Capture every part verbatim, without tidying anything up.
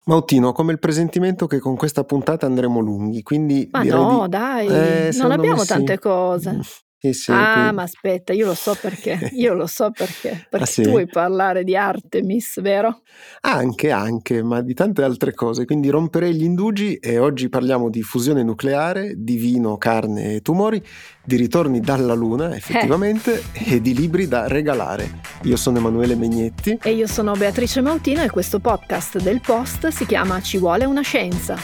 Mautino, ho come il presentimento che con questa puntata andremo lunghi, quindi Ma direi no, di... dai, Eh, non secondo me abbiamo sì. tante Mm, cose. Sì, sì, Ah, qui... ma aspetta, io lo so perché, io lo so perché, Ah perché tu sì? vuoi parlare di Artemis, vero? Anche, anche, ma di tante altre cose, quindi romperei gli indugi e oggi parliamo di fusione nucleare, di vino, carne e tumori, di ritorni dalla Luna, Eh, effettivamente, e di libri da regalare. Io sono Emanuele Megnetti. e io sono Beatrice Mautino e questo podcast del Post si chiama Ci vuole una scienza.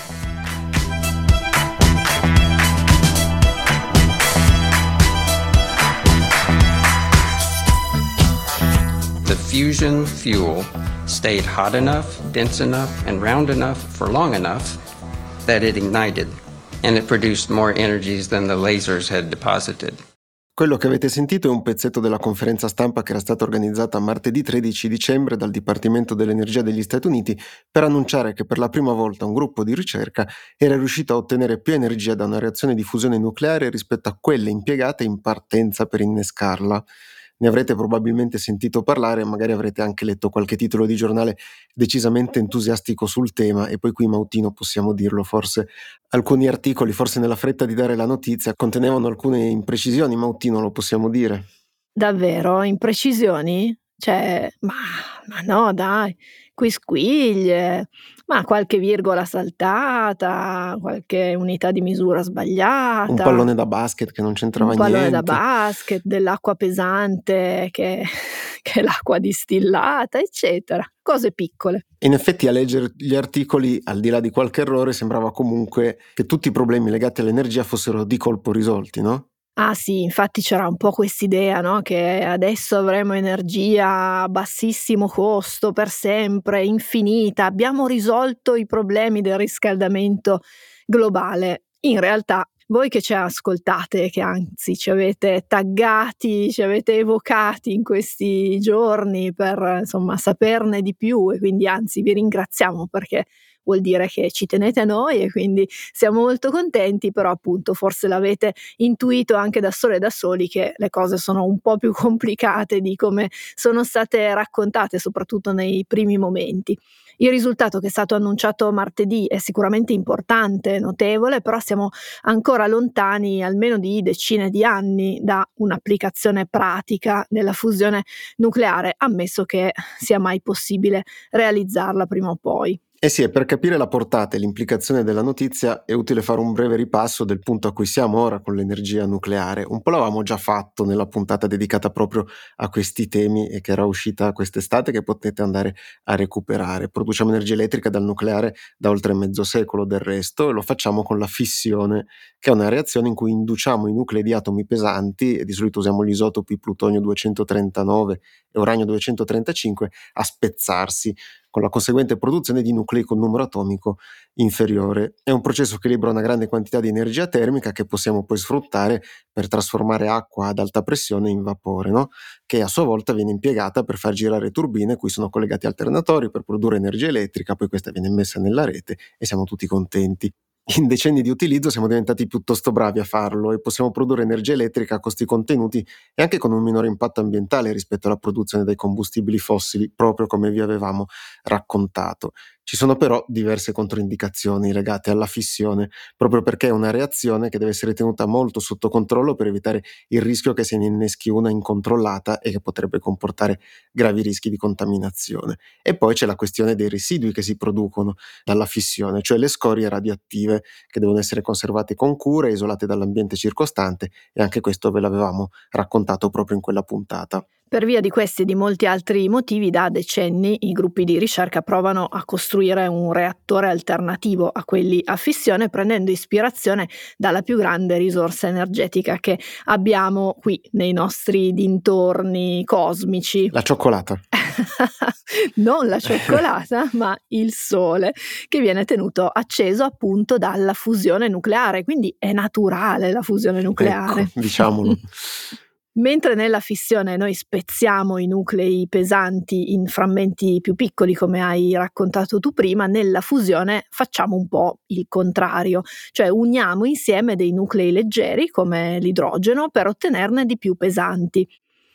The fusion fuel stayed hot enough, dense enough, and round enough for long enough that it ignited, and it produced more energies than the lasers had deposited. Quello che avete sentito è un pezzetto della conferenza stampa che era stata organizzata martedì tredici dicembre dal Dipartimento dell'Energia degli Stati Uniti per annunciare che per la prima volta un gruppo di ricerca era riuscito a ottenere più energia da una reazione di fusione nucleare rispetto a quelle impiegate in partenza per innescarla. Ne avrete probabilmente sentito parlare, magari avrete anche letto qualche titolo di giornale decisamente entusiastico sul tema, e poi qui Mautino possiamo dirlo, forse alcuni articoli, forse nella fretta di dare la notizia, contenevano alcune imprecisioni, Mautino, lo possiamo dire. Davvero? Imprecisioni? Cioè, ma, ma no, dai, quisquiglie, ma qualche virgola saltata, qualche unità di misura Un sbagliata. pallone da basket che non Un c'entrava pallone da niente. basket, dell'acqua pesante che che è l'acqua distillata, eccetera. Cose piccole. In effetti a leggere gli articoli, al di là di qualche errore, sembrava comunque che tutti i problemi legati all'energia fossero di colpo risolti, no? Ah sì, infatti c'era un po' quest'idea, no, che adesso avremo energia a bassissimo costo per sempre, infinita, abbiamo risolto i problemi del riscaldamento globale. In realtà, voi che ci ascoltate, che anzi ci avete taggati, ci avete evocati in questi giorni per, insomma, saperne di più, e quindi anzi vi ringraziamo perché vuol dire che ci tenete a noi e quindi siamo molto contenti, però appunto forse l'avete intuito anche da sole e da soli che le cose sono un po' più complicate di come sono state raccontate, soprattutto nei primi momenti. Il risultato che è stato annunciato martedì è sicuramente importante, notevole, però siamo ancora lontani almeno di decine di anni da un'applicazione pratica della fusione nucleare, ammesso che sia mai possibile realizzarla prima o poi. Eh sì, e per capire la portata e l'implicazione della notizia è utile fare un breve ripasso del punto a cui siamo ora con l'energia nucleare. Un po' l'avevamo già fatto nella puntata dedicata proprio a questi temi e che era uscita quest'estate, che potete andare a recuperare. Produciamo energia elettrica dal nucleare da oltre mezzo secolo del resto, e lo facciamo con la fissione, che è una reazione in cui induciamo i nuclei di atomi pesanti, e di solito usiamo gli isotopi plutonio duecentotrentanove e uranio duecentotrentacinque, a spezzarsi, con la conseguente produzione di nuclei con numero atomico inferiore. È un processo che libera una grande quantità di energia termica che possiamo poi sfruttare per trasformare acqua ad alta pressione in vapore, no? Che a sua volta viene impiegata per far girare turbine cui sono collegati alternatori per produrre energia elettrica, poi questa viene messa nella rete e siamo tutti contenti. In decenni di utilizzo siamo diventati piuttosto bravi a farlo e possiamo produrre energia elettrica a costi contenuti e anche con un minore impatto ambientale rispetto alla produzione dei combustibili fossili, proprio come vi avevamo raccontato. Ci sono però diverse controindicazioni legate alla fissione, proprio perché è una reazione che deve essere tenuta molto sotto controllo per evitare il rischio che se ne inneschi una incontrollata e che potrebbe comportare gravi rischi di contaminazione. E poi c'è la questione dei residui che si producono dalla fissione, cioè le scorie radioattive che devono essere conservate con cura e isolate dall'ambiente circostante, e anche questo ve l'avevamo raccontato proprio in quella puntata. Per via di questi e di molti altri motivi, da decenni i gruppi di ricerca provano a costruire un reattore alternativo a quelli a fissione, prendendo ispirazione dalla più grande risorsa energetica che abbiamo qui nei nostri dintorni cosmici. La cioccolata. Non la cioccolata, ma il Sole, che viene tenuto acceso appunto dalla fusione nucleare, quindi è naturale la fusione nucleare. Ecco, diciamolo. Mentre nella fissione noi spezziamo i nuclei pesanti in frammenti più piccoli, come hai raccontato tu prima, nella fusione facciamo un po' il contrario, cioè uniamo insieme dei nuclei leggeri come l'idrogeno per ottenerne di più pesanti.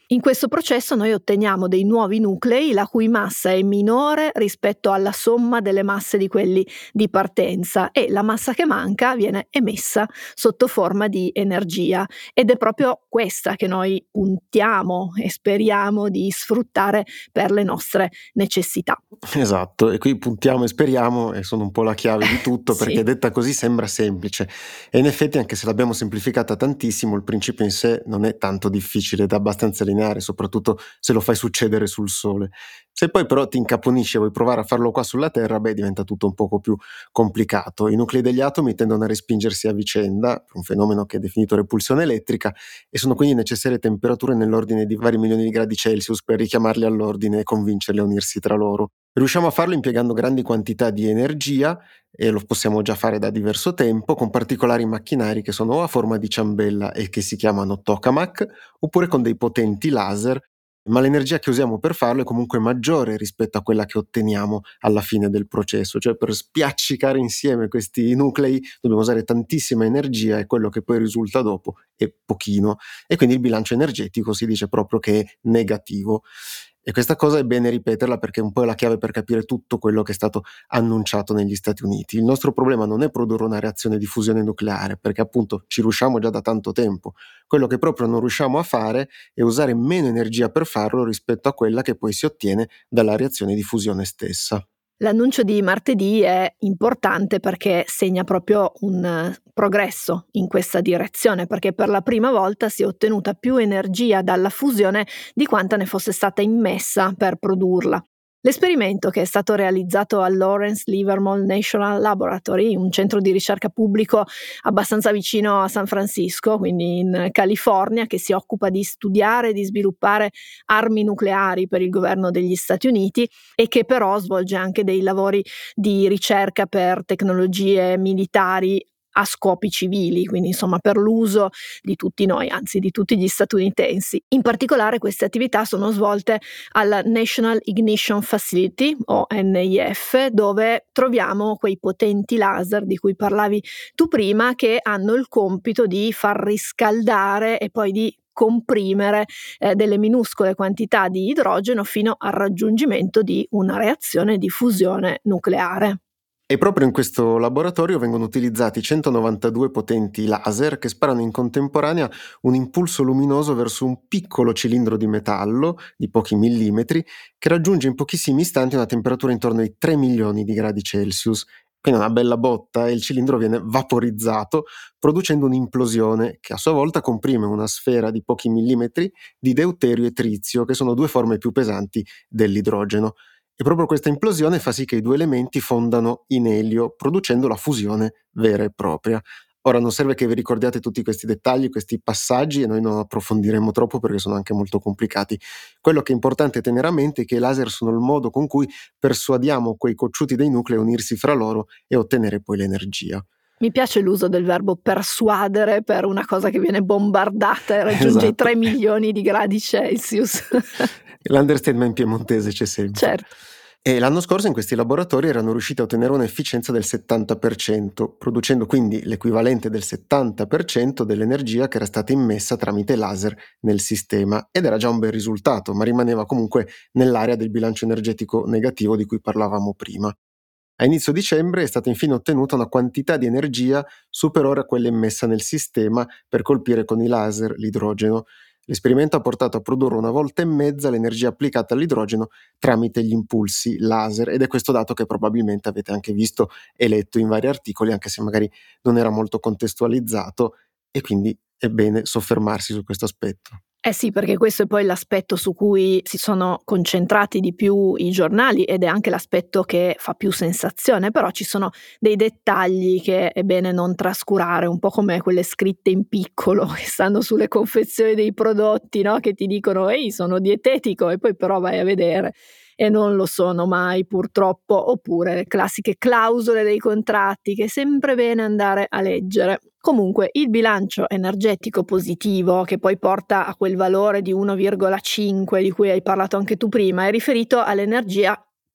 In questo processo noi otteniamo dei nuovi nuclei la cui massa è minore rispetto alla somma delle masse di quelli di partenza e la massa che manca viene emessa sotto forma di energia ed è proprio questa che noi puntiamo e speriamo di sfruttare per le nostre necessità. Esatto, e qui puntiamo e speriamo e sono un po' la chiave di tutto Sì. perché detta così sembra semplice e in effetti anche se l'abbiamo semplificata tantissimo il principio in sé non è tanto difficile ed è abbastanza lineare, soprattutto se lo fai succedere sul Sole. Se poi però ti incaponisci e vuoi provare a farlo qua sulla Terra, beh diventa tutto un poco più complicato. I nuclei degli atomi tendono a respingersi a vicenda, un fenomeno che è definito repulsione elettrica, e sono quindi necessarie temperature nell'ordine di vari milioni di gradi Celsius per richiamarli all'ordine e convincerli a unirsi tra loro. Riusciamo a farlo impiegando grandi quantità di energia e lo possiamo già fare da diverso tempo con particolari macchinari che sono o a forma di ciambella e che si chiamano tokamak oppure con dei potenti laser, ma l'energia che usiamo per farlo è comunque maggiore rispetto a quella che otteniamo alla fine del processo, cioè per spiaccicare insieme questi nuclei dobbiamo usare tantissima energia e quello che poi risulta dopo è pochino e quindi il bilancio energetico si dice proprio che è negativo. E questa cosa è bene ripeterla perché è un po' la chiave per capire tutto quello che è stato annunciato negli Stati Uniti. Il nostro problema non è produrre una reazione di fusione nucleare, perché appunto ci riusciamo già da tanto tempo. Quello che proprio non riusciamo a fare è usare meno energia per farlo rispetto a quella che poi si ottiene dalla reazione di fusione stessa. L'annuncio di martedì è importante perché segna proprio un progresso in questa direzione, perché per la prima volta si è ottenuta più energia dalla fusione di quanta ne fosse stata immessa per produrla. L'esperimento, che è stato realizzato al Lawrence Livermore National Laboratory, un centro di ricerca pubblico abbastanza vicino a San Francisco, quindi in California, che si occupa di studiare e di sviluppare armi nucleari per il governo degli Stati Uniti e che però svolge anche dei lavori di ricerca per tecnologie militari a scopi civili, quindi insomma per l'uso di tutti noi, anzi di tutti gli statunitensi. In particolare queste attività sono svolte alla National Ignition Facility, o N I F, dove troviamo quei potenti laser di cui parlavi tu prima, che hanno il compito di far riscaldare e poi di comprimere eh, delle minuscole quantità di idrogeno fino al raggiungimento di una reazione di fusione nucleare. E proprio in questo laboratorio vengono utilizzati centonovantadue potenti laser che sparano in contemporanea un impulso luminoso verso un piccolo cilindro di metallo di pochi millimetri che raggiunge in pochissimi istanti una temperatura intorno ai tre milioni di gradi Celsius. Quindi una bella botta e il cilindro viene vaporizzato producendo un'implosione che a sua volta comprime una sfera di pochi millimetri di deuterio e trizio, che sono due forme più pesanti dell'idrogeno. E proprio questa implosione fa sì che i due elementi fondano in elio, producendo la fusione vera e propria. Ora non serve che vi ricordiate tutti questi dettagli, questi passaggi, e noi non approfondiremo troppo perché sono anche molto complicati. Quello che è importante tenere a mente è che i laser sono il modo con cui persuadiamo quei cocciuti dei nuclei a unirsi fra loro e ottenere poi l'energia. Mi piace l'uso del verbo persuadere per una cosa che viene bombardata e raggiunge Esatto. i tre milioni di gradi Celsius. L'understatement piemontese c'è sempre. Certo. E l'anno scorso in questi laboratori erano riusciti a ottenere un'efficienza del settanta per cento, producendo quindi l'equivalente del settanta per cento dell'energia che era stata immessa tramite laser nel sistema, ed era già un bel risultato, ma rimaneva comunque nell'area del bilancio energetico negativo di cui parlavamo prima. A inizio dicembre è stata infine ottenuta una quantità di energia superiore a quella immessa nel sistema per colpire con i laser l'idrogeno. L'esperimento ha portato a produrre una volta e mezza l'energia applicata all'idrogeno tramite gli impulsi laser, ed è questo dato che probabilmente avete anche visto e letto in vari articoli, anche se magari non era molto contestualizzato, e quindi è bene soffermarsi su questo aspetto. Eh sì, perché questo è poi l'aspetto su cui si sono concentrati di più i giornali ed è anche l'aspetto che fa più sensazione, però ci sono dei dettagli che è bene non trascurare, un po' come quelle scritte in piccolo che stanno sulle confezioni dei prodotti, no? Che ti dicono ehi, sono dietetico, e poi però vai a vedere e non lo sono mai purtroppo, oppure le classiche clausole dei contratti che è sempre bene andare a leggere. Comunque il bilancio energetico positivo, che poi porta a quel valore di uno virgola cinque di cui hai parlato anche tu prima, è riferito all'energia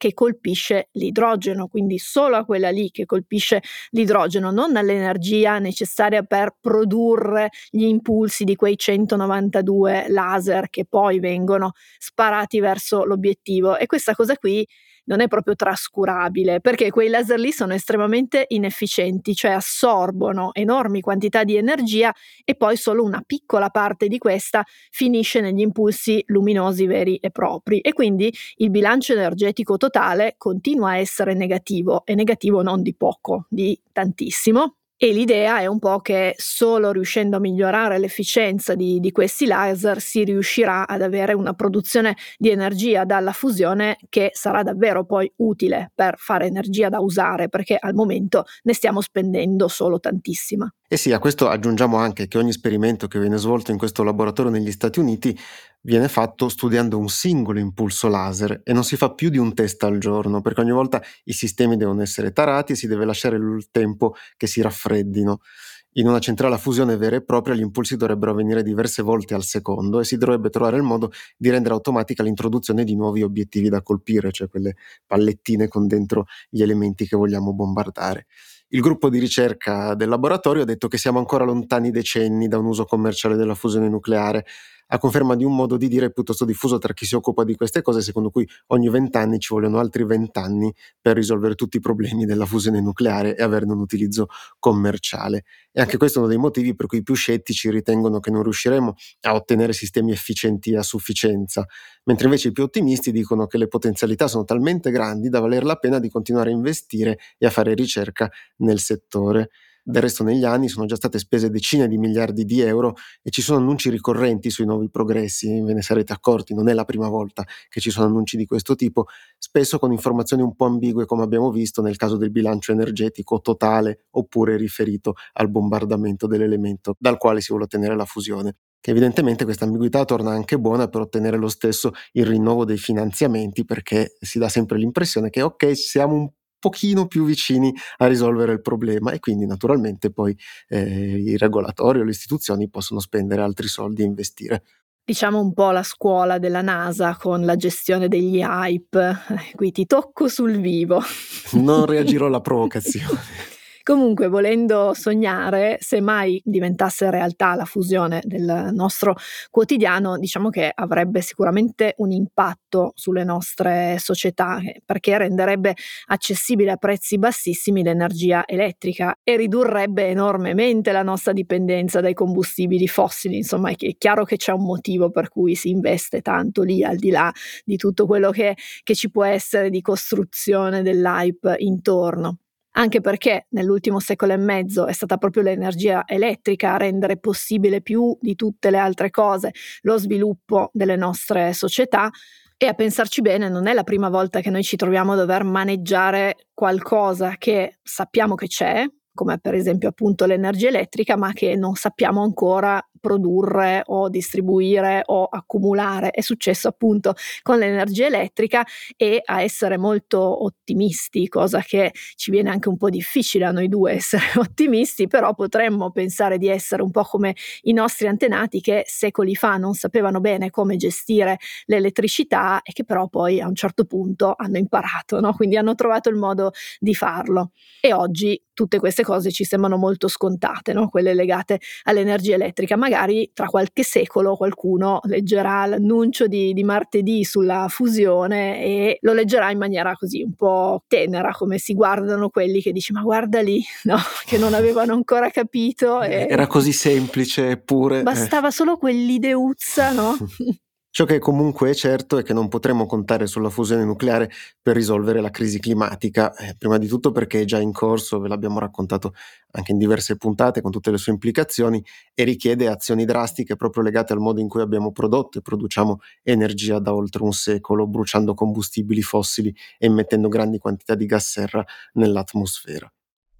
che colpisce l'idrogeno, quindi solo a quella lì che colpisce l'idrogeno, non all'energia necessaria per produrre gli impulsi di quei centonovantadue laser che poi vengono sparati verso l'obiettivo. E questa cosa qui non è proprio trascurabile, perché quei laser lì sono estremamente inefficienti, cioè assorbono enormi quantità di energia e poi solo una piccola parte di questa finisce negli impulsi luminosi veri e propri, e quindi il bilancio energetico totale continua a essere negativo, e negativo non di poco, di tantissimo. E l'idea è un po' che solo riuscendo a migliorare l'efficienza di, di questi laser si riuscirà ad avere una produzione di energia dalla fusione che sarà davvero poi utile per fare energia da usare, perché al momento ne stiamo spendendo solo tantissima. E sì, a questo aggiungiamo anche che ogni esperimento che viene svolto in questo laboratorio negli Stati Uniti viene fatto studiando un singolo impulso laser e non si fa più di un test al giorno, perché ogni volta i sistemi devono essere tarati e si deve lasciare il tempo che si raffreddino. In una centrale a fusione vera e propria gli impulsi dovrebbero avvenire diverse volte al secondo e si dovrebbe trovare il modo di rendere automatica l'introduzione di nuovi obiettivi da colpire, cioè quelle pallettine con dentro gli elementi che vogliamo bombardare. Il gruppo di ricerca del laboratorio ha detto che siamo ancora lontani decenni da un uso commerciale della fusione nucleare, a conferma di un modo di dire piuttosto diffuso tra chi si occupa di queste cose, secondo cui ogni vent'anni ci vogliono altri vent'anni per risolvere tutti i problemi della fusione nucleare e averne un utilizzo commerciale. E anche questo è uno dei motivi per cui i più scettici ritengono che non riusciremo a ottenere sistemi efficienti a sufficienza, mentre invece i più ottimisti dicono che le potenzialità sono talmente grandi da valer la pena di continuare a investire e a fare ricerca nel settore. Del resto negli anni sono già state spese decine di miliardi di euro e ci sono annunci ricorrenti sui nuovi progressi, ve ne sarete accorti, non è la prima volta che ci sono annunci di questo tipo, spesso con informazioni un po' ambigue come abbiamo visto nel caso del bilancio energetico totale oppure riferito al bombardamento dell'elemento dal quale si vuole ottenere la fusione. Che evidentemente questa ambiguità torna anche buona per ottenere lo stesso il rinnovo dei finanziamenti, perché si dà sempre l'impressione che ok, siamo un pochino più vicini a risolvere il problema e quindi naturalmente poi eh, i regolatori o le istituzioni possono spendere altri soldi e investire. Diciamo un po' la scuola della NASA con la gestione degli hype. Qui ti tocco sul vivo. Non reagirò alla provocazione. Comunque, volendo sognare, se mai diventasse realtà la fusione del nostro quotidiano, diciamo che avrebbe sicuramente un impatto sulle nostre società, perché renderebbe accessibile a prezzi bassissimi l'energia elettrica e ridurrebbe enormemente la nostra dipendenza dai combustibili fossili. Insomma, è chiaro che c'è un motivo per cui si investe tanto lì, al di là di tutto quello che, che ci può essere di costruzione dell'hype intorno. Anche perché nell'ultimo secolo e mezzo è stata proprio l'energia elettrica a rendere possibile più di tutte le altre cose lo sviluppo delle nostre società, e a pensarci bene non è la prima volta che noi ci troviamo a dover maneggiare qualcosa che sappiamo che c'è, come per esempio appunto l'energia elettrica, ma che non sappiamo ancora produrre o distribuire o accumulare. È successo appunto con l'energia elettrica, e a essere molto ottimisti, cosa che ci viene anche un po' difficile a noi due essere ottimisti, però potremmo pensare di essere un po' come i nostri antenati che secoli fa non sapevano bene come gestire l'elettricità e che però poi a un certo punto hanno imparato, no? Quindi hanno trovato il modo di farlo, e oggi tutte queste cose ci sembrano molto scontate, no? Quelle legate all'energia elettrica. Magari tra qualche secolo qualcuno leggerà l'annuncio di, di martedì sulla fusione e lo leggerà in maniera così un po' tenera, come si guardano quelli che dici ma guarda lì, no? Che non avevano ancora capito. E era così semplice, eppure bastava eh. solo quell'ideuzza, no? Ciò che comunque è certo è che non potremo contare sulla fusione nucleare per risolvere la crisi climatica, eh, prima di tutto perché è già in corso, ve l'abbiamo raccontato anche in diverse puntate con tutte le sue implicazioni, e richiede azioni drastiche proprio legate al modo in cui abbiamo prodotto e produciamo energia da oltre un secolo, bruciando combustibili fossili e immettendo grandi quantità di gas serra nell'atmosfera.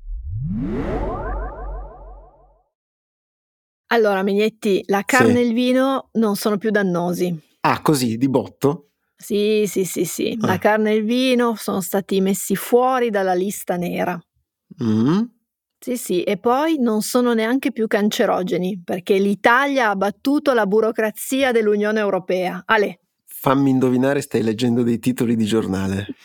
Allora, Mignetti, la carne Sì. e il vino non sono più dannosi. Ah, così, di botto? Sì, sì, sì, sì. Ah. La carne e il vino sono stati messi fuori dalla lista nera. Mm. Sì, sì, e poi non sono neanche più cancerogeni, perché l'Italia ha battuto la burocrazia dell'Unione Europea. Ale. Fammi indovinare, stai leggendo dei titoli di giornale.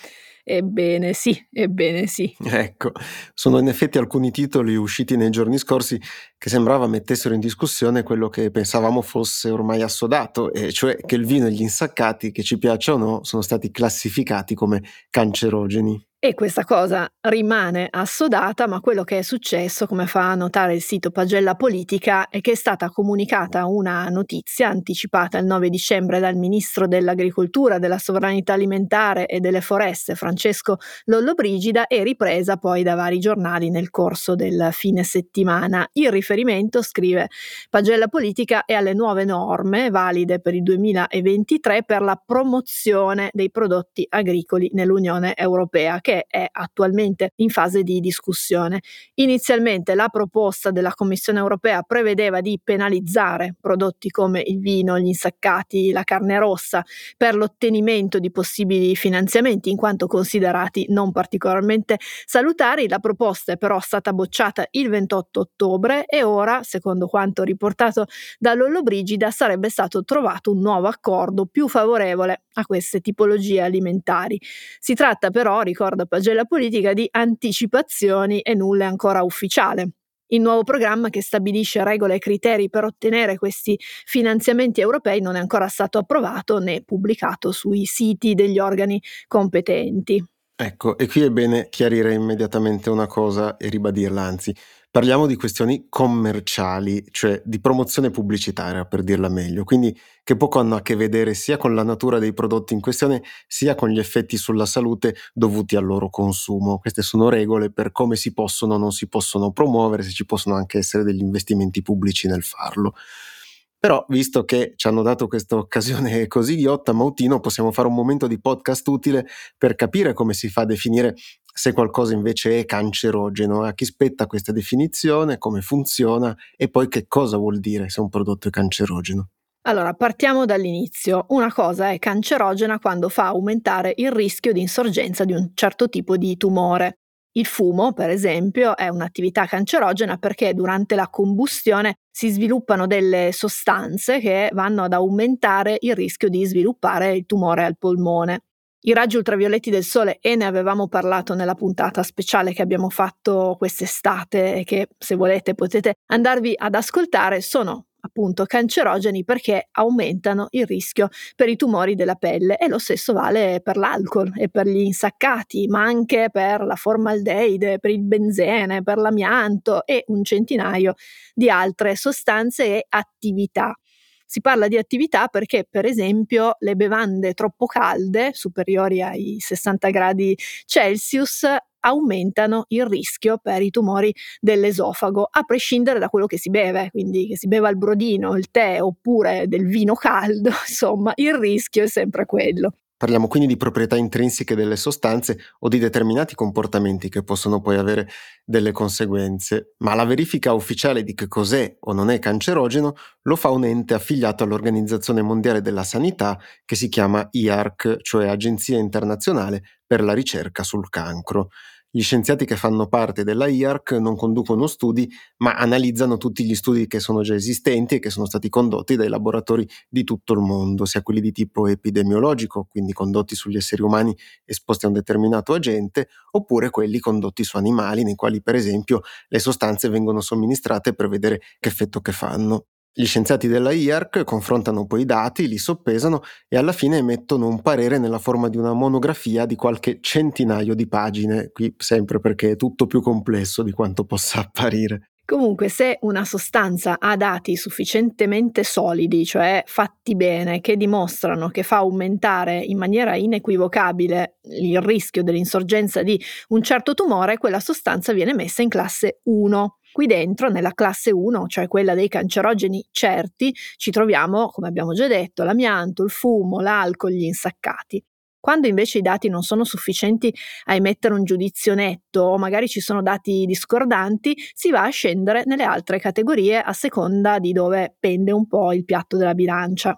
Ebbene sì, ebbene sì. Ecco, sono in effetti alcuni titoli usciti nei giorni scorsi che sembrava mettessero in discussione quello che pensavamo fosse ormai assodato, e cioè che il vino e gli insaccati, che ci piaccia o no, sono stati classificati come cancerogeni. E questa cosa rimane assodata, ma quello che è successo, come fa notare il sito Pagella Politica, è che è stata comunicata una notizia anticipata il nove dicembre dal ministro dell'Agricoltura, della Sovranità Alimentare e delle Foreste, Francesco Lollobrigida, e ripresa poi da vari giornali nel corso del fine settimana. Il riferimento, scrive Pagella Politica, è alle nuove norme valide per il duemilaventitré per la promozione dei prodotti agricoli nell'Unione Europea, che è attualmente in fase di discussione. Inizialmente la proposta della Commissione Europea prevedeva di penalizzare prodotti come il vino, gli insaccati, la carne rossa per l'ottenimento di possibili finanziamenti, in quanto considerati non particolarmente salutari. La proposta è però stata bocciata il ventotto ottobre e ora, secondo quanto riportato da Lollobrigida, sarebbe stato trovato un nuovo accordo più favorevole a queste tipologie alimentari. Si tratta però, ricorda Pagella Politica, di anticipazioni e nulla è ancora ufficiale. Il nuovo programma, che stabilisce regole e criteri per ottenere questi finanziamenti europei, non è ancora stato approvato né pubblicato sui siti degli organi competenti. Ecco, e qui è bene chiarire immediatamente una cosa e ribadirla, anzi, parliamo di questioni commerciali, cioè di promozione pubblicitaria, per dirla meglio, quindi che poco hanno a che vedere sia con la natura dei prodotti in questione, sia con gli effetti sulla salute dovuti al loro consumo. Queste sono regole per come si possono o non si possono promuovere, se ci possono anche essere degli investimenti pubblici nel farlo. Però, visto che ci hanno dato questa occasione così ghiotta, Mautino, possiamo fare un momento di podcast utile per capire come si fa a definire se qualcosa invece è cancerogeno, a chi spetta questa definizione, come funziona e poi che cosa vuol dire se un prodotto è cancerogeno. Allora, partiamo dall'inizio. Una cosa è cancerogena quando fa aumentare il rischio di insorgenza di un certo tipo di tumore. Il fumo, per esempio, è un'attività cancerogena perché durante la combustione si sviluppano delle sostanze che vanno ad aumentare il rischio di sviluppare il tumore al polmone. I raggi ultravioletti del sole, e ne avevamo parlato nella puntata speciale che abbiamo fatto quest'estate e che, se volete, potete andarvi ad ascoltare, sono appunto cancerogeni perché aumentano il rischio per i tumori della pelle, e lo stesso vale per l'alcol e per gli insaccati, ma anche per la formaldeide, per il benzene, per l'amianto e un centinaio di altre sostanze e attività. Si parla di attività perché, per esempio, le bevande troppo calde, superiori ai sessanta gradi Celsius, aumentano il rischio per i tumori dell'esofago, a prescindere da quello che si beve, quindi che si beva il brodino, il tè oppure del vino caldo, insomma, il rischio è sempre quello. Parliamo quindi di proprietà intrinseche delle sostanze o di determinati comportamenti che possono poi avere delle conseguenze, ma la verifica ufficiale di che cos'è o non è cancerogeno lo fa un ente affiliato all'Organizzazione Mondiale della Sanità che si chiama I A R C, cioè Agenzia Internazionale per la Ricerca sul Cancro. Gli scienziati che fanno parte della I A R C non conducono studi, ma analizzano tutti gli studi che sono già esistenti e che sono stati condotti dai laboratori di tutto il mondo, sia quelli di tipo epidemiologico, quindi condotti sugli esseri umani esposti a un determinato agente, oppure quelli condotti su animali, nei quali per esempio le sostanze vengono somministrate per vedere che effetto che fanno. Gli scienziati della I A R C confrontano poi i dati, li soppesano e alla fine emettono un parere nella forma di una monografia di qualche centinaio di pagine, qui sempre perché è tutto più complesso di quanto possa apparire. Comunque, se una sostanza ha dati sufficientemente solidi, cioè fatti bene, che dimostrano che fa aumentare in maniera inequivocabile il rischio dell'insorgenza di un certo tumore, quella sostanza viene messa in classe uno. Qui dentro, nella classe uno, cioè quella dei cancerogeni certi, ci troviamo, come abbiamo già detto, l'amianto, il fumo, l'alcol, gli insaccati. Quando invece i dati non sono sufficienti a emettere un giudizio netto, o magari ci sono dati discordanti, si va a scendere nelle altre categorie a seconda di dove pende un po' il piatto della bilancia.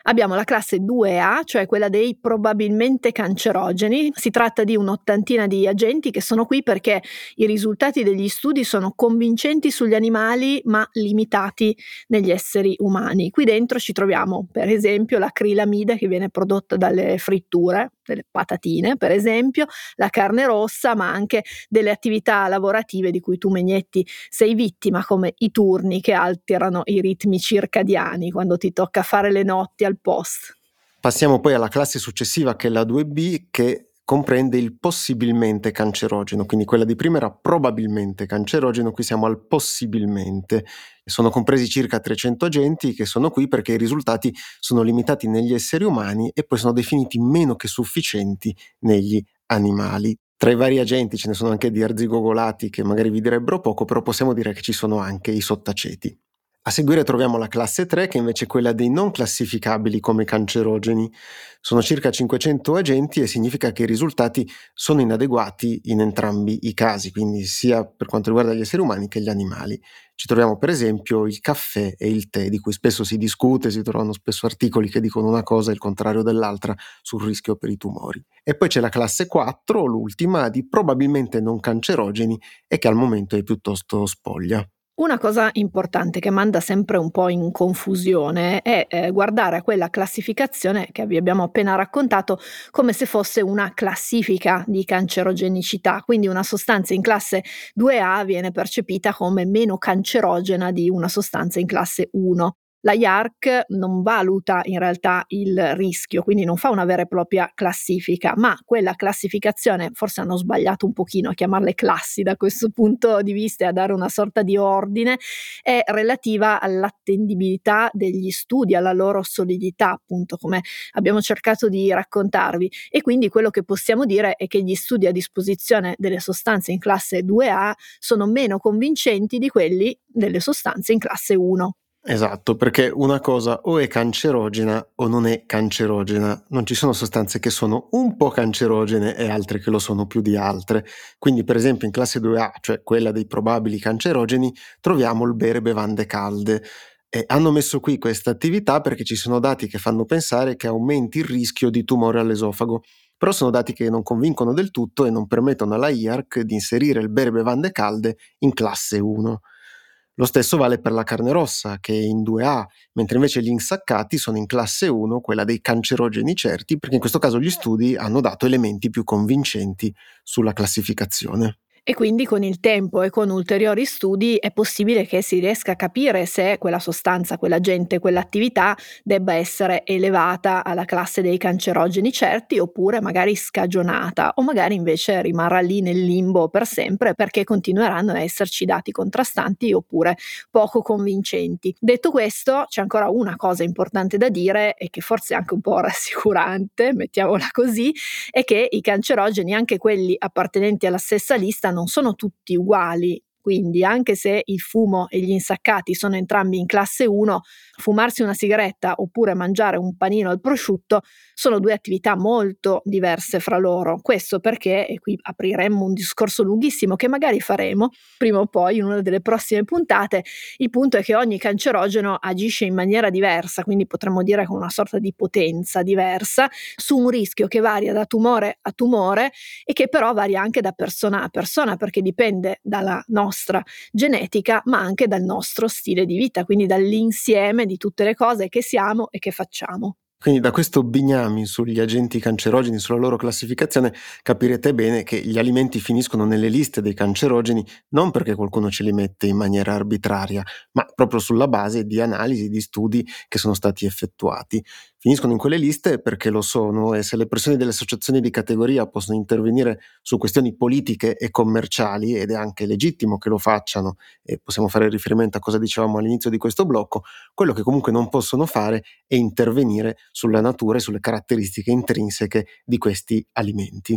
Abbiamo la classe due A, cioè quella dei probabilmente cancerogeni. Si tratta di un'ottantina di agenti che sono qui perché i risultati degli studi sono convincenti sugli animali ma limitati negli esseri umani. Qui dentro ci troviamo per esempio l'acrilamide che viene prodotta dalle fritture, delle patatine per esempio, la carne rossa, ma anche delle attività lavorative di cui tu Megnetti sei vittima, come i turni che alterano i ritmi circadiani quando ti tocca fare le notti al post. Passiamo poi alla classe successiva, che è la due B, che comprende il possibilmente cancerogeno, quindi quella di prima era probabilmente cancerogeno, qui siamo al possibilmente. Sono compresi circa trecento agenti che sono qui perché i risultati sono limitati negli esseri umani e poi sono definiti meno che sufficienti negli animali. Tra i vari agenti ce ne sono anche di arzigogolati che magari vi direbbero poco, però possiamo dire che ci sono anche i sottaceti. A seguire troviamo la classe tre, che invece è quella dei non classificabili come cancerogeni. Sono circa cinquecento agenti e significa che i risultati sono inadeguati in entrambi i casi, quindi sia per quanto riguarda gli esseri umani che gli animali. Ci troviamo per esempio il caffè e il tè, di cui spesso si discute, si trovano spesso articoli che dicono una cosa e il contrario dell'altra sul rischio per i tumori. E poi c'è la classe quattro, l'ultima, di probabilmente non cancerogeni e che al momento è piuttosto spoglia. Una cosa importante che manda sempre un po' in confusione è eh, guardare a quella classificazione che vi abbiamo appena raccontato come se fosse una classifica di cancerogenicità, quindi una sostanza in classe due A viene percepita come meno cancerogena di una sostanza in classe uno. La I A R C non valuta in realtà il rischio, quindi non fa una vera e propria classifica, ma quella classificazione, forse hanno sbagliato un pochino a chiamarle classi da questo punto di vista e a dare una sorta di ordine, è relativa all'attendibilità degli studi, alla loro solidità, appunto, come abbiamo cercato di raccontarvi. E quindi quello che possiamo dire è che gli studi a disposizione delle sostanze in classe due A sono meno convincenti di quelli delle sostanze in classe uno. Esatto, perché una cosa o è cancerogena o non è cancerogena. Non ci sono sostanze che sono un po' cancerogene e altre che lo sono più di altre. Quindi per esempio in classe due A, cioè quella dei probabili cancerogeni, troviamo il bere bevande calde. E hanno messo qui questa attività perché ci sono dati che fanno pensare che aumenti il rischio di tumore all'esofago. Però sono dati che non convincono del tutto e non permettono alla I A R C di inserire il bere bevande calde in classe uno. Lo stesso vale per la carne rossa, che è in due A, mentre invece gli insaccati sono in classe uno, quella dei cancerogeni certi, perché in questo caso gli studi hanno dato elementi più convincenti sulla classificazione. E quindi con il tempo e con ulteriori studi è possibile che si riesca a capire se quella sostanza, quell'agente, quell'attività debba essere elevata alla classe dei cancerogeni certi oppure magari scagionata o magari invece rimarrà lì nel limbo per sempre perché continueranno a esserci dati contrastanti oppure poco convincenti. Detto questo, c'è ancora una cosa importante da dire e che forse è anche un po' rassicurante, mettiamola così, è che i cancerogeni, anche quelli appartenenti alla stessa lista, non sono tutti uguali. Quindi anche se il fumo e gli insaccati sono entrambi in classe uno, fumarsi una sigaretta oppure mangiare un panino al prosciutto sono due attività molto diverse fra loro. Questo perché, e qui apriremmo un discorso lunghissimo che magari faremo prima o poi in una delle prossime puntate, il punto è che ogni cancerogeno agisce in maniera diversa, quindi potremmo dire con una sorta di potenza diversa, su un rischio che varia da tumore a tumore e che però varia anche da persona a persona perché dipende dalla nostra nostra genetica, ma anche dal nostro stile di vita, quindi dall'insieme di tutte le cose che siamo e che facciamo. Quindi da questo bignami sugli agenti cancerogeni, sulla loro classificazione, capirete bene che gli alimenti finiscono nelle liste dei cancerogeni non perché qualcuno ce li mette in maniera arbitraria, ma proprio sulla base di analisi, di studi che sono stati effettuati. Finiscono in quelle liste perché lo sono e se le persone delle associazioni di categoria possono intervenire su questioni politiche e commerciali, ed è anche legittimo che lo facciano, e possiamo fare riferimento a cosa dicevamo all'inizio di questo blocco, quello che comunque non possono fare è intervenire sulla natura e sulle caratteristiche intrinseche di questi alimenti.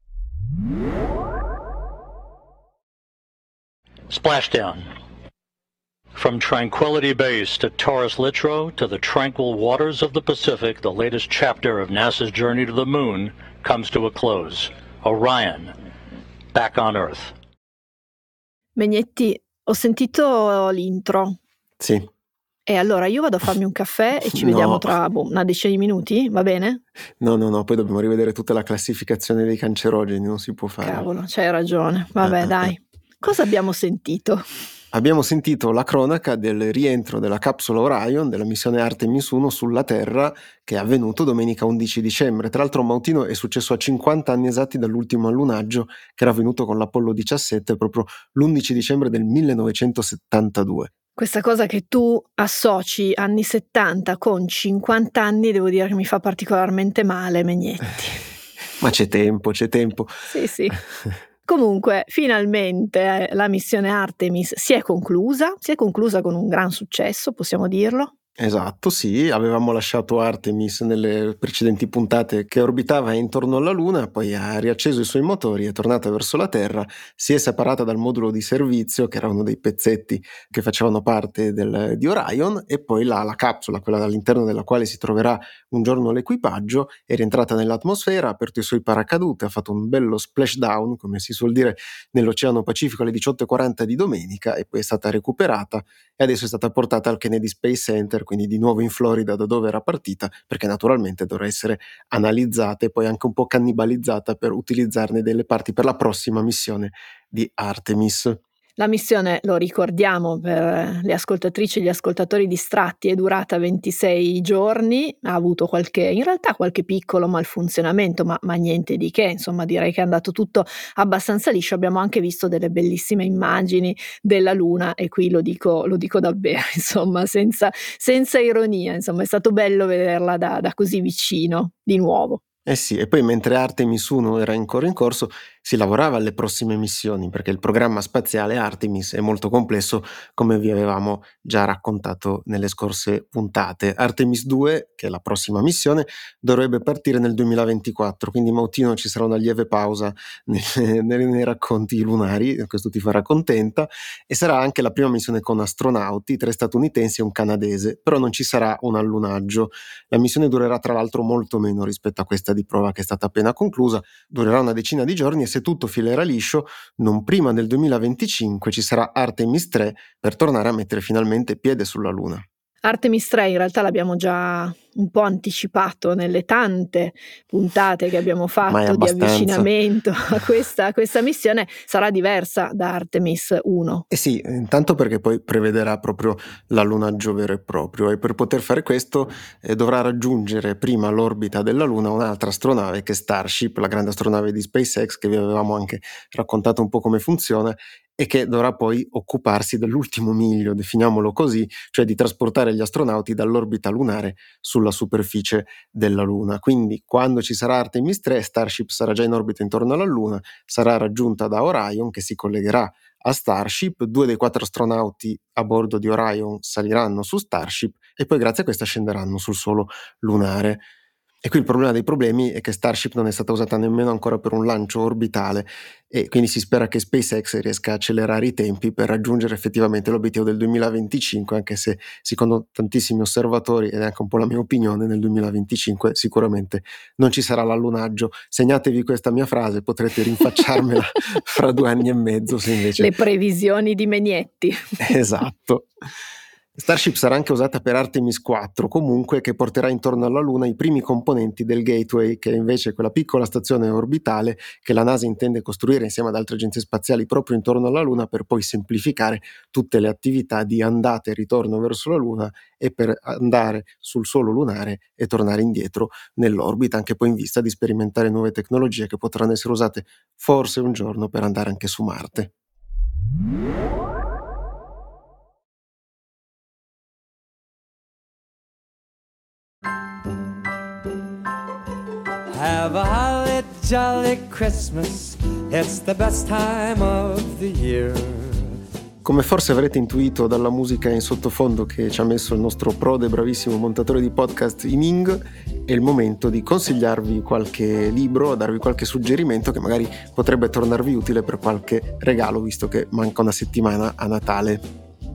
Splashdown. From Tranquility Base to Taurus Littrow to the tranquil waters of the Pacific, the latest chapter of NASA's journey to the moon comes to a close. Orion, back on Earth. Megnetti, ho sentito l'intro. Sì. E allora io vado a farmi un caffè e ci No. vediamo tra boh, una decina di minuti, va bene? No, no, no, poi dobbiamo rivedere tutta la classificazione dei cancerogeni, non si può fare. Cavolo, c'hai ragione. Vabbè, Eh, eh, dai. eh. Cosa abbiamo sentito? Abbiamo sentito la cronaca del rientro della capsula Orion della missione Artemis uno sulla Terra, che è avvenuto domenica undici dicembre. Tra l'altro, Mautino, è successo a cinquanta anni esatti dall'ultimo allunaggio, che era avvenuto con l'Apollo diciassette proprio l'undici dicembre del millenovecentosettantadue. Questa cosa che tu associ anni settanta con cinquanta anni, devo dire che mi fa particolarmente male, Megnetti. Ma c'è tempo, c'è tempo. Sì, sì. Comunque, finalmente eh, la missione Artemis si è conclusa, si è conclusa con un gran successo, possiamo dirlo. Esatto, sì, avevamo lasciato Artemis nelle precedenti puntate che orbitava intorno alla Luna, poi ha riacceso i suoi motori, è tornata verso la Terra, si è separata dal modulo di servizio, che era uno dei pezzetti che facevano parte del, di Orion, e poi la, la capsula, quella all'interno della quale si troverà un giorno l'equipaggio, è rientrata nell'atmosfera, ha aperto i suoi paracadute, ha fatto un bello splashdown, come si suol dire, nell'Oceano Pacifico alle diciotto e quaranta di domenica, e poi è stata recuperata e adesso è stata portata al Kennedy Space Center, quindi di nuovo in Florida, da dove era partita, perché naturalmente dovrà essere analizzata e poi anche un po' cannibalizzata per utilizzarne delle parti per la prossima missione di Artemis. La missione, lo ricordiamo per le ascoltatrici e gli ascoltatori distratti, è durata ventisei giorni, ha avuto qualche, in realtà qualche piccolo malfunzionamento, ma, ma niente di che, insomma direi che è andato tutto abbastanza liscio. Abbiamo anche visto delle bellissime immagini della Luna e qui lo dico, lo dico davvero, insomma senza, senza ironia, insomma è stato bello vederla da, da così vicino di nuovo. Eh sì, e poi mentre Artemis uno era ancora in corso si lavorava alle prossime missioni, perché il programma spaziale Artemis è molto complesso, come vi avevamo già raccontato nelle scorse puntate. Artemis due, che è la prossima missione, dovrebbe partire nel duemilaventiquattro, quindi Mautino ci sarà una lieve pausa nei, nei, nei racconti lunari, questo ti farà contenta, e sarà anche la prima missione con astronauti, tre statunitensi e un canadese, però non ci sarà un allunaggio. La missione durerà tra l'altro molto meno rispetto a questa di prova che è stata appena conclusa, durerà una decina di giorni e se tutto filerà liscio, non prima del duemilaventicinque ci sarà Artemis tre per tornare a mettere finalmente piede sulla Luna. Artemis tre in realtà l'abbiamo già un po' anticipato nelle tante puntate che abbiamo fatto di avvicinamento a questa, a questa missione, sarà diversa da Artemis uno. Eh sì, intanto perché poi prevederà proprio l'allunaggio vero e proprio e per poter fare questo eh, dovrà raggiungere prima l'orbita della Luna un'altra astronave che è Starship, la grande astronave di SpaceX che vi avevamo anche raccontato un po' come funziona e che dovrà poi occuparsi dell'ultimo miglio, definiamolo così, cioè di trasportare gli astronauti dall'orbita lunare sulla superficie della Luna. Quindi quando ci sarà Artemis tre, Starship sarà già in orbita intorno alla Luna, sarà raggiunta da Orion che si collegherà a Starship, due dei quattro astronauti a bordo di Orion saliranno su Starship e poi grazie a questa scenderanno sul suolo lunare. E qui il problema dei problemi è che Starship non è stata usata nemmeno ancora per un lancio orbitale e quindi si spera che SpaceX riesca a accelerare i tempi per raggiungere effettivamente l'obiettivo del duemilaventicinque, anche se secondo tantissimi osservatori, ed è anche un po' la mia opinione, nel duemilaventicinque sicuramente non ci sarà l'allunaggio. Segnatevi questa mia frase, potrete rinfacciarmela fra due anni e mezzo se invece... Le previsioni di Megnetti. Esatto. Starship sarà anche usata per Artemis quattro, comunque, che porterà intorno alla Luna i primi componenti del Gateway, che è invece quella piccola stazione orbitale che la NASA intende costruire insieme ad altre agenzie spaziali proprio intorno alla Luna per poi semplificare tutte le attività di andata e ritorno verso la Luna e per andare sul suolo lunare e tornare indietro nell'orbita, anche poi in vista di sperimentare nuove tecnologie che potranno essere usate forse un giorno per andare anche su Marte. Have a holly jolly Christmas, it's the best time of the year. Come forse avrete intuito dalla musica in sottofondo che ci ha messo il nostro prode bravissimo montatore di podcast Iming, è il momento di consigliarvi qualche libro, darvi qualche suggerimento che magari potrebbe tornarvi utile per qualche regalo, visto che manca una settimana a Natale.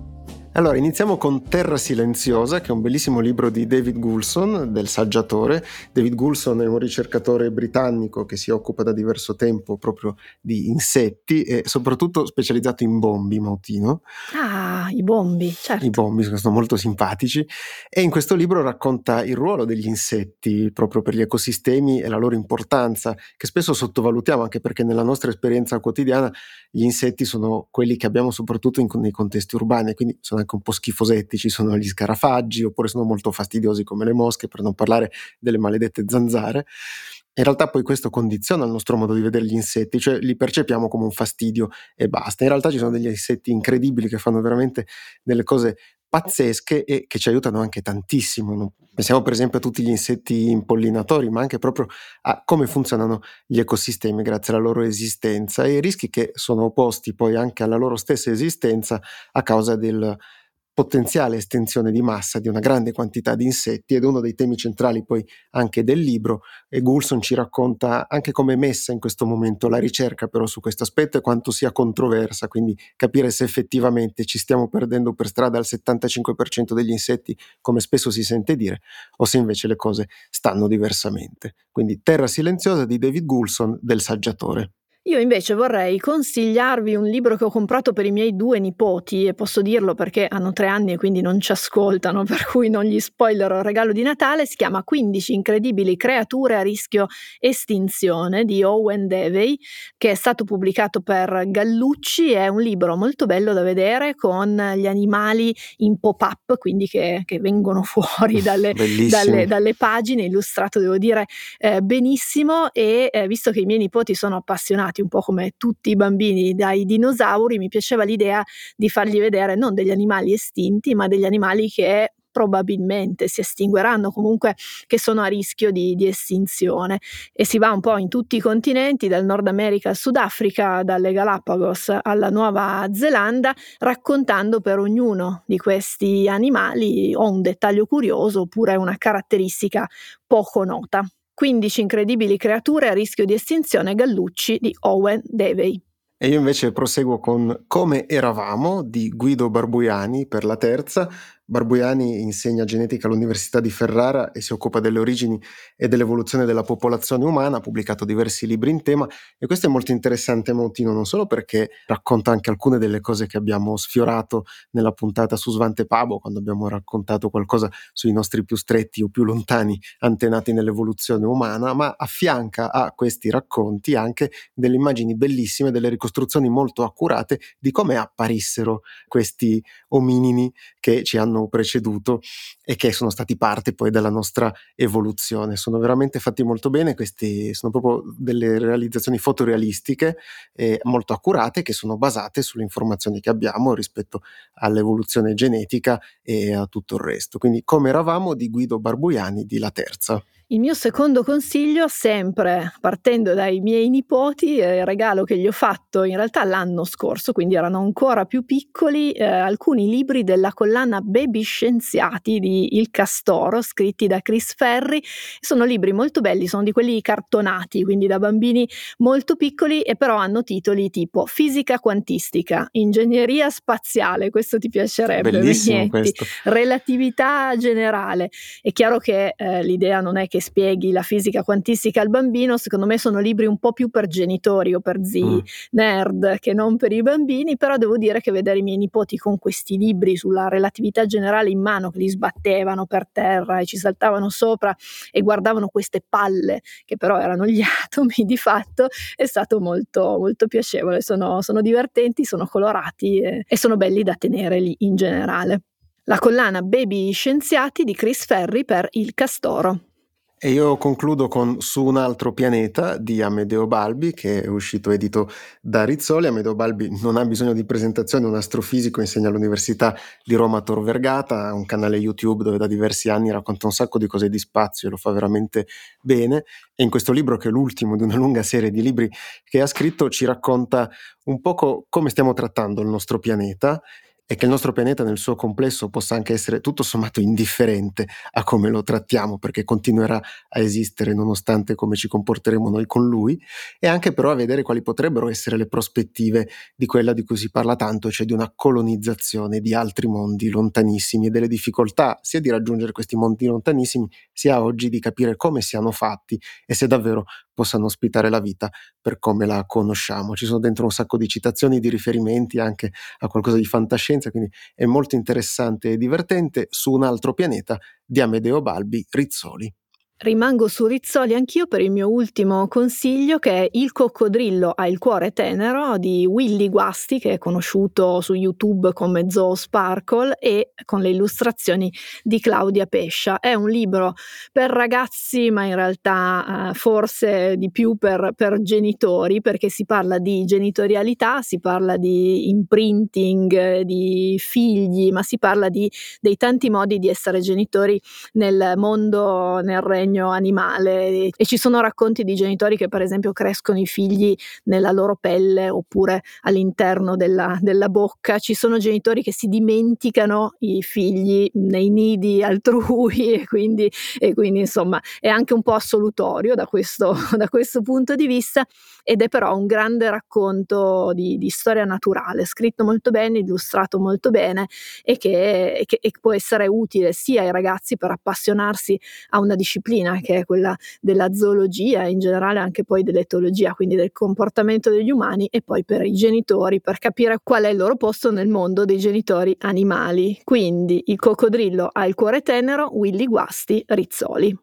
Allora, iniziamo con Terra Silenziosa, che è un bellissimo libro di David Goulson, del Saggiatore. David Goulson è un ricercatore britannico che si occupa da diverso tempo proprio di insetti e soprattutto specializzato in bombi, Mautino. Ah, i bombi, certo. I bombi sono molto simpatici e in questo libro racconta il ruolo degli insetti proprio per gli ecosistemi e la loro importanza, che spesso sottovalutiamo, anche perché nella nostra esperienza quotidiana gli insetti sono quelli che abbiamo soprattutto in, nei contesti urbani, quindi sono anche un po' schifosetti, ci sono gli scarafaggi oppure sono molto fastidiosi come le mosche, per non parlare delle maledette zanzare. In realtà poi questo condiziona il nostro modo di vedere gli insetti, cioè li percepiamo come un fastidio e basta. In realtà ci sono degli insetti incredibili che fanno veramente delle cose pazzesche e che ci aiutano anche tantissimo, no? Pensiamo per esempio a tutti gli insetti impollinatori, ma anche proprio a come funzionano gli ecosistemi grazie alla loro esistenza e i rischi che sono opposti poi anche alla loro stessa esistenza a causa del potenziale estensione di massa di una grande quantità di insetti, ed uno dei temi centrali poi anche del libro. E Goulson ci racconta anche come è messa in questo momento la ricerca però su questo aspetto e quanto sia controversa, quindi capire se effettivamente ci stiamo perdendo per strada il settantacinque per cento degli insetti, come spesso si sente dire, o se invece le cose stanno diversamente. Quindi Terra Silenziosa di David Goulson, del Saggiatore. Io invece vorrei consigliarvi un libro che ho comprato per i miei due nipoti, e posso dirlo perché hanno tre anni e quindi non ci ascoltano, per cui non gli spoilerò il regalo di Natale. Si chiama quindici incredibili creature a rischio estinzione di Owen Davey, che è stato pubblicato per Gallucci. È un libro molto bello da vedere, con gli animali in pop-up, quindi che, che vengono fuori dalle, dalle, dalle pagine, illustrato devo dire eh, benissimo, e eh, visto che i miei nipoti sono appassionati un po' come tutti i bambini dai dinosauri, mi piaceva l'idea di fargli vedere non degli animali estinti, ma degli animali che probabilmente si estingueranno, comunque che sono a rischio di, di estinzione. E si va un po' in tutti i continenti, dal Nord America al Sudafrica, dalle Galapagos alla Nuova Zelanda, raccontando per ognuno di questi animali o un dettaglio curioso oppure una caratteristica poco nota. quindici incredibili creature a rischio di estinzione, Gallucci, di Owen Davey. E io invece proseguo con Come eravamo di Guido Barbuiani per la terza. Barbuiani insegna genetica all'Università di Ferrara e si occupa delle origini e dell'evoluzione della popolazione umana, ha pubblicato diversi libri in tema, e questo è molto interessante, Mautino, non solo perché racconta anche alcune delle cose che abbiamo sfiorato nella puntata su Svante Pabo, quando abbiamo raccontato qualcosa sui nostri più stretti o più lontani antenati nell'evoluzione umana, ma affianca a questi racconti anche delle immagini bellissime, delle ricostruzioni molto accurate di come apparissero questi ominini che ci hanno preceduto e che sono stati parte poi della nostra evoluzione. Sono veramente fatti molto bene, questi sono proprio delle realizzazioni fotorealistiche e molto accurate, che sono basate sulle informazioni che abbiamo rispetto all'evoluzione genetica e a tutto il resto. Quindi Come eravamo di Guido Barbuiani di La Terza. Il mio secondo consiglio, sempre partendo dai miei nipoti, è il regalo che gli ho fatto in realtà l'anno scorso, quindi erano ancora più piccoli, eh, alcuni libri della collana Baby Scienziati di Il Castoro, scritti da Chris Ferry. Sono libri molto belli, sono di quelli cartonati, quindi da bambini molto piccoli, e però hanno titoli tipo Fisica quantistica, Ingegneria spaziale, questo ti piacerebbe, bellissimo questo. Relatività generale. È chiaro che eh, l'idea non è che spieghi la fisica quantistica al bambino, secondo me sono libri un po' più per genitori o per zii mm. nerd che non per i bambini, però devo dire che vedere i miei nipoti con questi libri sulla relatività generale in mano, che li sbattevano per terra e ci saltavano sopra e guardavano queste palle che però erano gli atomi di fatto, è stato molto molto piacevole. Sono, sono divertenti, sono colorati e, e sono belli da tenere lì in generale. La collana Baby Scienziati di Chris Ferry per Il Castoro. E io concludo con Su un altro pianeta di Amedeo Balbi, che è uscito edito da Rizzoli. Amedeo Balbi non ha bisogno di presentazione, è un astrofisico, insegna all'Università di Roma Tor Vergata, ha un canale YouTube dove da diversi anni racconta un sacco di cose di spazio e lo fa veramente bene. E in questo libro, che è l'ultimo di una lunga serie di libri che ha scritto, ci racconta un poco come stiamo trattando il nostro pianeta e che il nostro pianeta nel suo complesso possa anche essere tutto sommato indifferente a come lo trattiamo, perché continuerà a esistere nonostante come ci comporteremo noi con lui, e anche però a vedere quali potrebbero essere le prospettive di quella di cui si parla tanto, cioè di una colonizzazione di altri mondi lontanissimi e delle difficoltà sia di raggiungere questi mondi lontanissimi, sia oggi di capire come siano fatti e se davvero possano ospitare la vita per come la conosciamo. Ci sono dentro un sacco di citazioni, di riferimenti anche a qualcosa di fantascienza, quindi è molto interessante e divertente. Su un altro pianeta di Amedeo Balbi, Rizzoli. Rimango su Rizzoli anch'io per il mio ultimo consiglio, che è Il coccodrillo ha il cuore tenero di Willy Guasti, che è conosciuto su YouTube come Zoo Sparkle, e con le illustrazioni di Claudia Pescia. È un libro per ragazzi, ma in realtà eh, forse di più per, per genitori, perché si parla di genitorialità, si parla di imprinting, eh, di figli, ma si parla di, dei tanti modi di essere genitori nel mondo, nel regno animale, e ci sono racconti di genitori che per esempio crescono i figli nella loro pelle oppure all'interno della, della bocca. Ci sono genitori che si dimenticano i figli nei nidi altrui e quindi, e quindi insomma è anche un po' assolutorio da questo, da questo punto di vista, ed è però un grande racconto di, di storia naturale, scritto molto bene, illustrato molto bene, e che, e che e può essere utile sia ai ragazzi per appassionarsi a una disciplina che è quella della zoologia e in generale anche poi dell'etologia, quindi del comportamento degli umani, e poi per i genitori per capire qual è il loro posto nel mondo dei genitori animali. Quindi Il coccodrillo ha il cuore tenero, Willy Guasti, Rizzoli.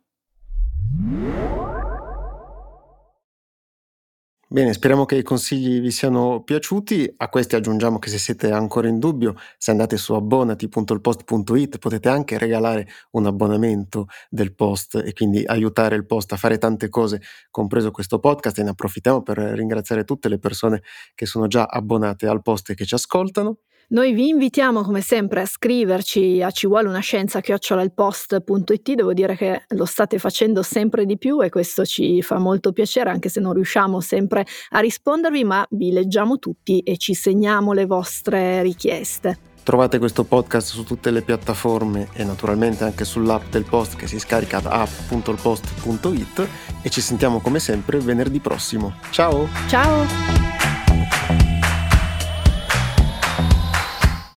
Bene, speriamo che i consigli vi siano piaciuti. A questi aggiungiamo che se siete ancora in dubbio, se andate su abbonati punto il post punto it potete anche regalare un abbonamento del Post e quindi aiutare il Post a fare tante cose, compreso questo podcast, e ne approfittiamo per ringraziare tutte le persone che sono già abbonate al Post e che ci ascoltano. Noi vi invitiamo come sempre a scriverci a ci vuole una scienza chiocciola il post punto it. Devo dire che lo state facendo sempre di più e questo ci fa molto piacere, anche se non riusciamo sempre a rispondervi, ma vi leggiamo tutti e ci segniamo le vostre richieste. Trovate questo podcast su tutte le piattaforme e naturalmente anche sull'app del Post, che si scarica da app punto il post punto it, e ci sentiamo come sempre venerdì prossimo. Ciao! Ciao!